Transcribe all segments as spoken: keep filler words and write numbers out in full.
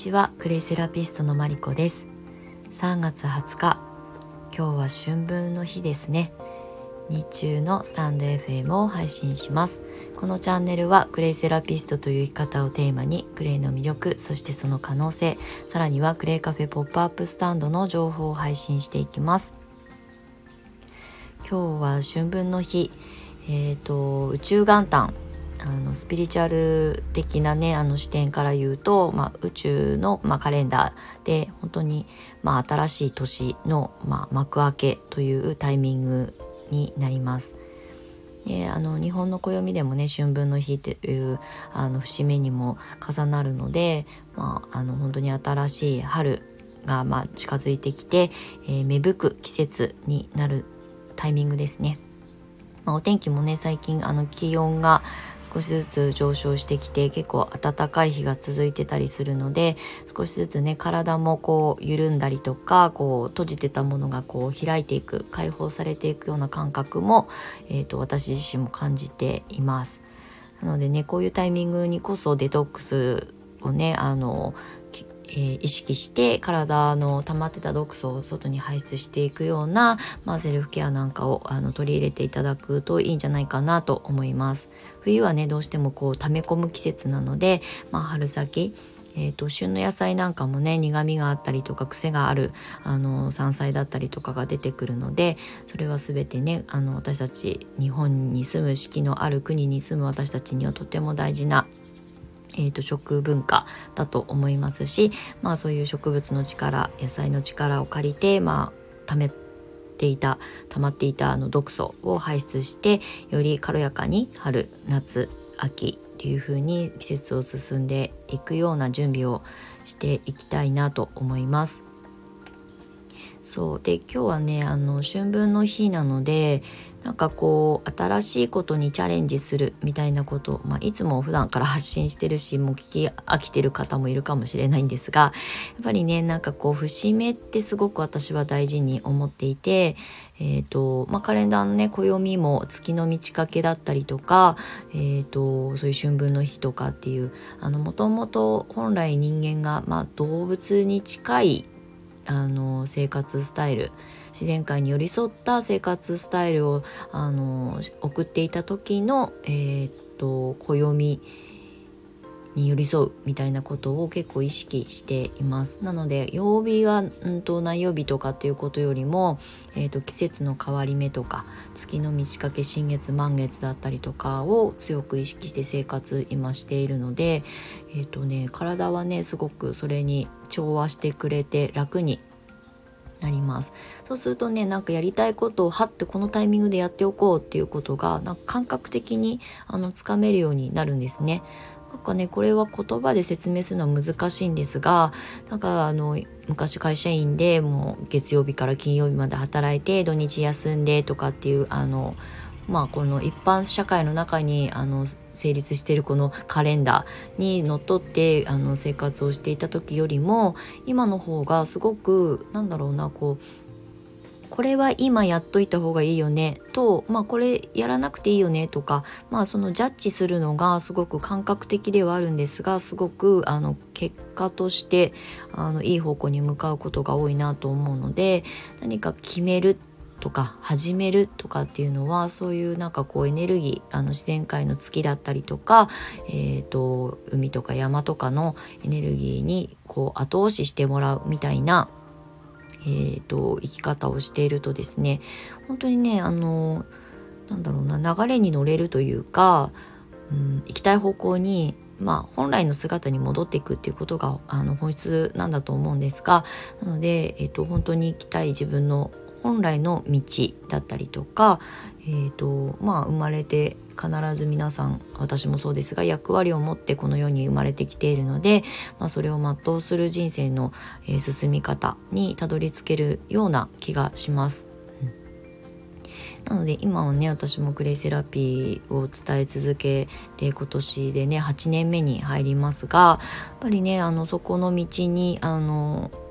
ちは、クレイセラピストのマリコです。さんがつはつか、今日は春分の日ですね。日中のスタンド エフエム を配信します。このチャンネルはクレイセラピストという生き方をテーマに、クレイの魅力、そしてその可能性、さらにはクレイカフェポップアップスタンドの情報を配信していきます。今日は春分の日、えーと宇宙元旦、あのスピリチュアル的なねあの視点から言うと、まあ、宇宙の、まあ、カレンダーで本当に、まあ、新しい年の、まあ、幕開けというタイミングになります。であの日本の暦でもね、春分の日っていうあの節目にも重なるので、まあ、あの本当に新しい春が、まあ、近づいてきて、えー、芽吹く季節になるタイミングですね。まあ、お天気もね、最近あの気温が少しずつ上昇してきて、結構暖かい日が続いてたりするので、少しずつね体もこう緩んだりとか、こう閉じてたものがこう開いていく、解放されていくような感覚も、えーと、私自身も感じています。なのでね、こういうタイミングにこそデトックスをねあのえー、意識して体の溜まってた毒素を外に排出していくような、まあ、セルフケアなんかをあの取り入れていただくといいんじゃないかなと思います。冬はねどうしてもこう溜め込む季節なので、まあ、春先、えーと、旬の野菜なんかもね苦味があったりとか癖があるあの山菜だったりとかが出てくるので、それは全てねあの私たち日本に住む四季のある国に住む私たちにはとても大事なえーと、食文化だと思いますし、まあ、そういう植物の力、野菜の力を借りて、まあ、溜めていた溜まっていたあの毒素を排出して、より軽やかに春夏秋っていう風に季節を進んでいくような準備をしていきたいなと思います。そうで、今日はねあの春分の日なので、なんかこう新しいことにチャレンジするみたいなことを、まあ、いつも普段から発信してるし、もう聞き飽きてる方もいるかもしれないんですが、やっぱりねなんかこう節目ってすごく私は大事に思っていて、えーとまあ、カレンダーのね暦も月の満ち欠けだったりとか、えーとそういう春分の日とかっていう、あのもともと本来人間が、まあ、動物に近いあの生活スタイル、自然界に寄り添った生活スタイルをあの送っていた時の、えー、っと暦に寄り添うみたいなことを結構意識しています。なので曜日が、うんと何曜日とかっていうことよりも、えー、と季節の変わり目とか月の満ち欠け、新月満月だったりとかを強く意識して生活今しているので、えーとね、体はねすごくそれに調和してくれて楽になります。そうするとね、なんかやりたいことをはってこのタイミングでやっておこうっていうことがなんか感覚的にあのつかめるようになるんですね。なんかねこれは言葉で説明するのは難しいんですが、なんかあの昔会社員でもう月曜日から金曜日まで働いて土日休んでとかっていう、あのまあこの一般社会の中にあの成立しているこのカレンダーにのっとってあの生活をしていた時よりも、今の方がすごくなんだろうな、こうこれは今やっといた方がいいよねと、まあこれやらなくていいよねとか、まあそのジャッジするのがすごく感覚的ではあるんですが、すごくあの結果としてあのいい方向に向かうことが多いなと思うので、何か決めるとか始めるとかっていうのは、そういうなんかこうエネルギー、あの自然界の月だったりとか、えーと海とか山とかのエネルギーにこう後押ししてもらうみたいなえーと、生き方をしているとですね、本当にねあのなんだろうな、流れに乗れるというか、うん、行きたい方向に、まあ、本来の姿に戻っていくっていうことがあの本質なんだと思うんですが、なので、えーと、本当に行きたい自分の本来の道だったりとか、えーとまあ、生まれて必ず皆さん、私もそうですが役割を持ってこの世に生まれてきているので、まあ、それを全うする人生の、えー進み方にたどり着けるような気がします。なので今はね私もクレイセラピーを伝え続けて今年でねはちねんめに入りますが、やっぱりねあのそこの道にあの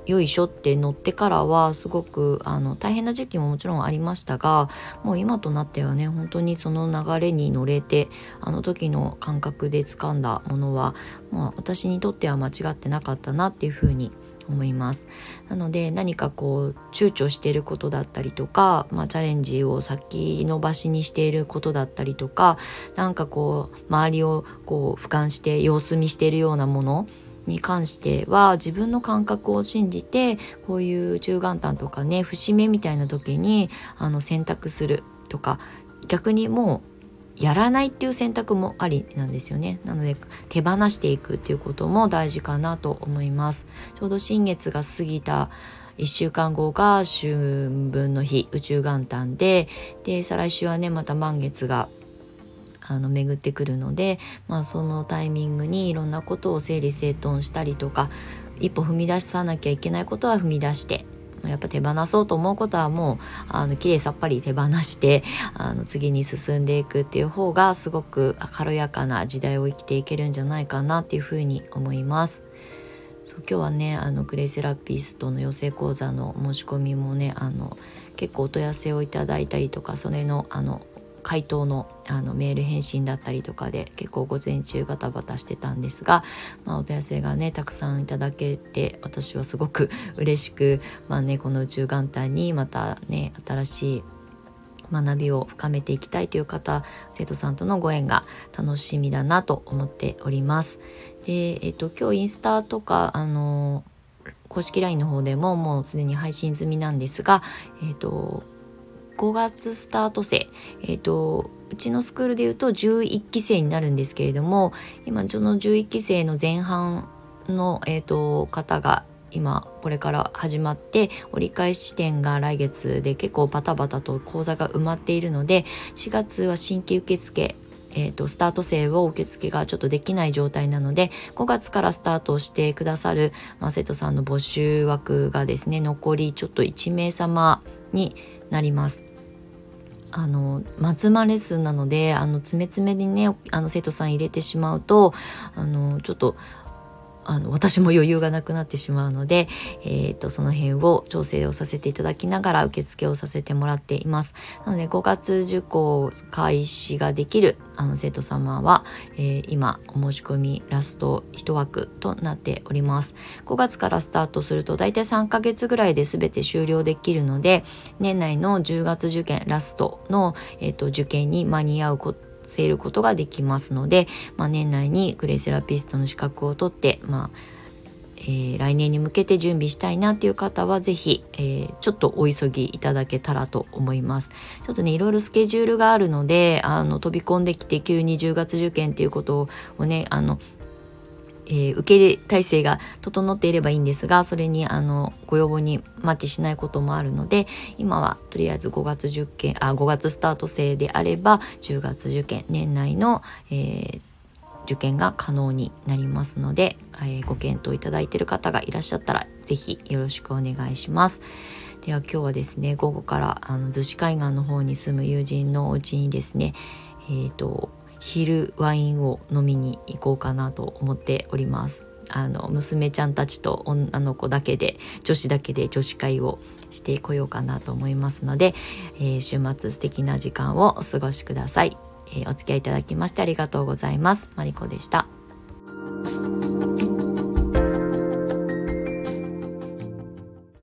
よいしょって乗ってからはすごくあの大変な時期ももちろんありましたが、もう今となってはね本当にその流れに乗れて、あの時の感覚で掴んだものは、まあ、私にとっては間違ってなかったなっていうふうに思います。なので何かこう躊躇していることだったりとか、まあ、チャレンジを先延ばしにしていることだったりとか、なんかこう周りをこう俯瞰して様子見しているようなものに関しては、自分の感覚を信じて、こういう中元旦とかね節目みたいな時にあの選択するとか、逆にもうやらないっていう選択もありなんですよね。なので手放していくっていうことも大事かなと思います。ちょうど新月が過ぎたいっしゅうかんごが春分の日、宇宙元旦で、で再来週はねまた満月があの巡ってくるので、まあ、そのタイミングにいろんなことを整理整頓したりとか、一歩踏み出さなきゃいけないことは踏み出して、やっぱ手放そうと思うことはもうあのきれいさっぱり手放してあの次に進んでいくっていう方がすごく軽やかな時代を生きていけるんじゃないかなっていうふうに思います。そう今日はねあのクレイセラピストの養成講座の申し込みもねあの結構お問い合わせをいただいたりとか、それのあの回答のあのメール返信だったりとかで結構午前中バタバタしてたんですが、まあ、お問い合わせがねたくさんいただけて、私はすごく嬉しく、まあね、この宇宙元旦にまたね新しい学びを深めていきたいという方、生徒さんとのご縁が楽しみだなと思っております。で、えっと、今日インスタとかあの公式 ライン の方でももうすでに配信済みなんですが、えっとごがつスタート生、えーと、うちのスクールでいうとじゅういっきせいになるんですけれども、今そのじゅういっきせいの前半の、えーと、方が今これから始まって、折り返し地点が来月で結構バタバタと講座が埋まっているので、しがつは新規受付えーと、スタート生を受付がちょっとできない状態なので、ごがつからスタートしてくださる、まあ、生徒さんの募集枠がですね残りちょっといちめいさまになります。あのマンツーマンレッスンなので、あの詰め詰めにねあの生徒さん入れてしまうとあのちょっとあの私も余裕がなくなってしまうので、えー、とその辺を調整をさせていただきながら受付をさせてもらっています。なのでごがつ受講開始ができるあの生徒様は、えー、今お申し込みラストいち枠となっております。ごがつからスタートするとだいたいさんかげつぐらいで全て終了できるので、年内のじゅうがつ受験ラストの、えー、と受験に間に合うことせることができますので、まあ、年内にクレイセラピストの資格を取って、まあえー、来年に向けて準備したいなっていう方はぜひ、えー、ちょっとお急ぎいただけたらと思います。ちょっとねいろいろスケジュールがあるので、あの飛び込んできて急にじゅうがつ受験っていうことをねあのえー、受け入れ体制が整っていればいいんですが、それにあのご要望にマッチしないこともあるので、今はとりあえずごがつ受験あごがつスタート生であればじゅうがつ受験、年内の、えー、受験が可能になりますので、えー、ご検討いただいている方がいらっしゃったらぜひよろしくお願いします。では今日はですね午後からあの逗子海岸の方に住む友人のお家にですねえーと昼ワインを飲みに行こうかなと思っております。あの娘ちゃんたちと女の子だけで女子だけで女子会をしてこようかなと思いますので、えー、週末素敵な時間をお過ごしください。えー、お付き合いいただきましてありがとうございます。マリコでした。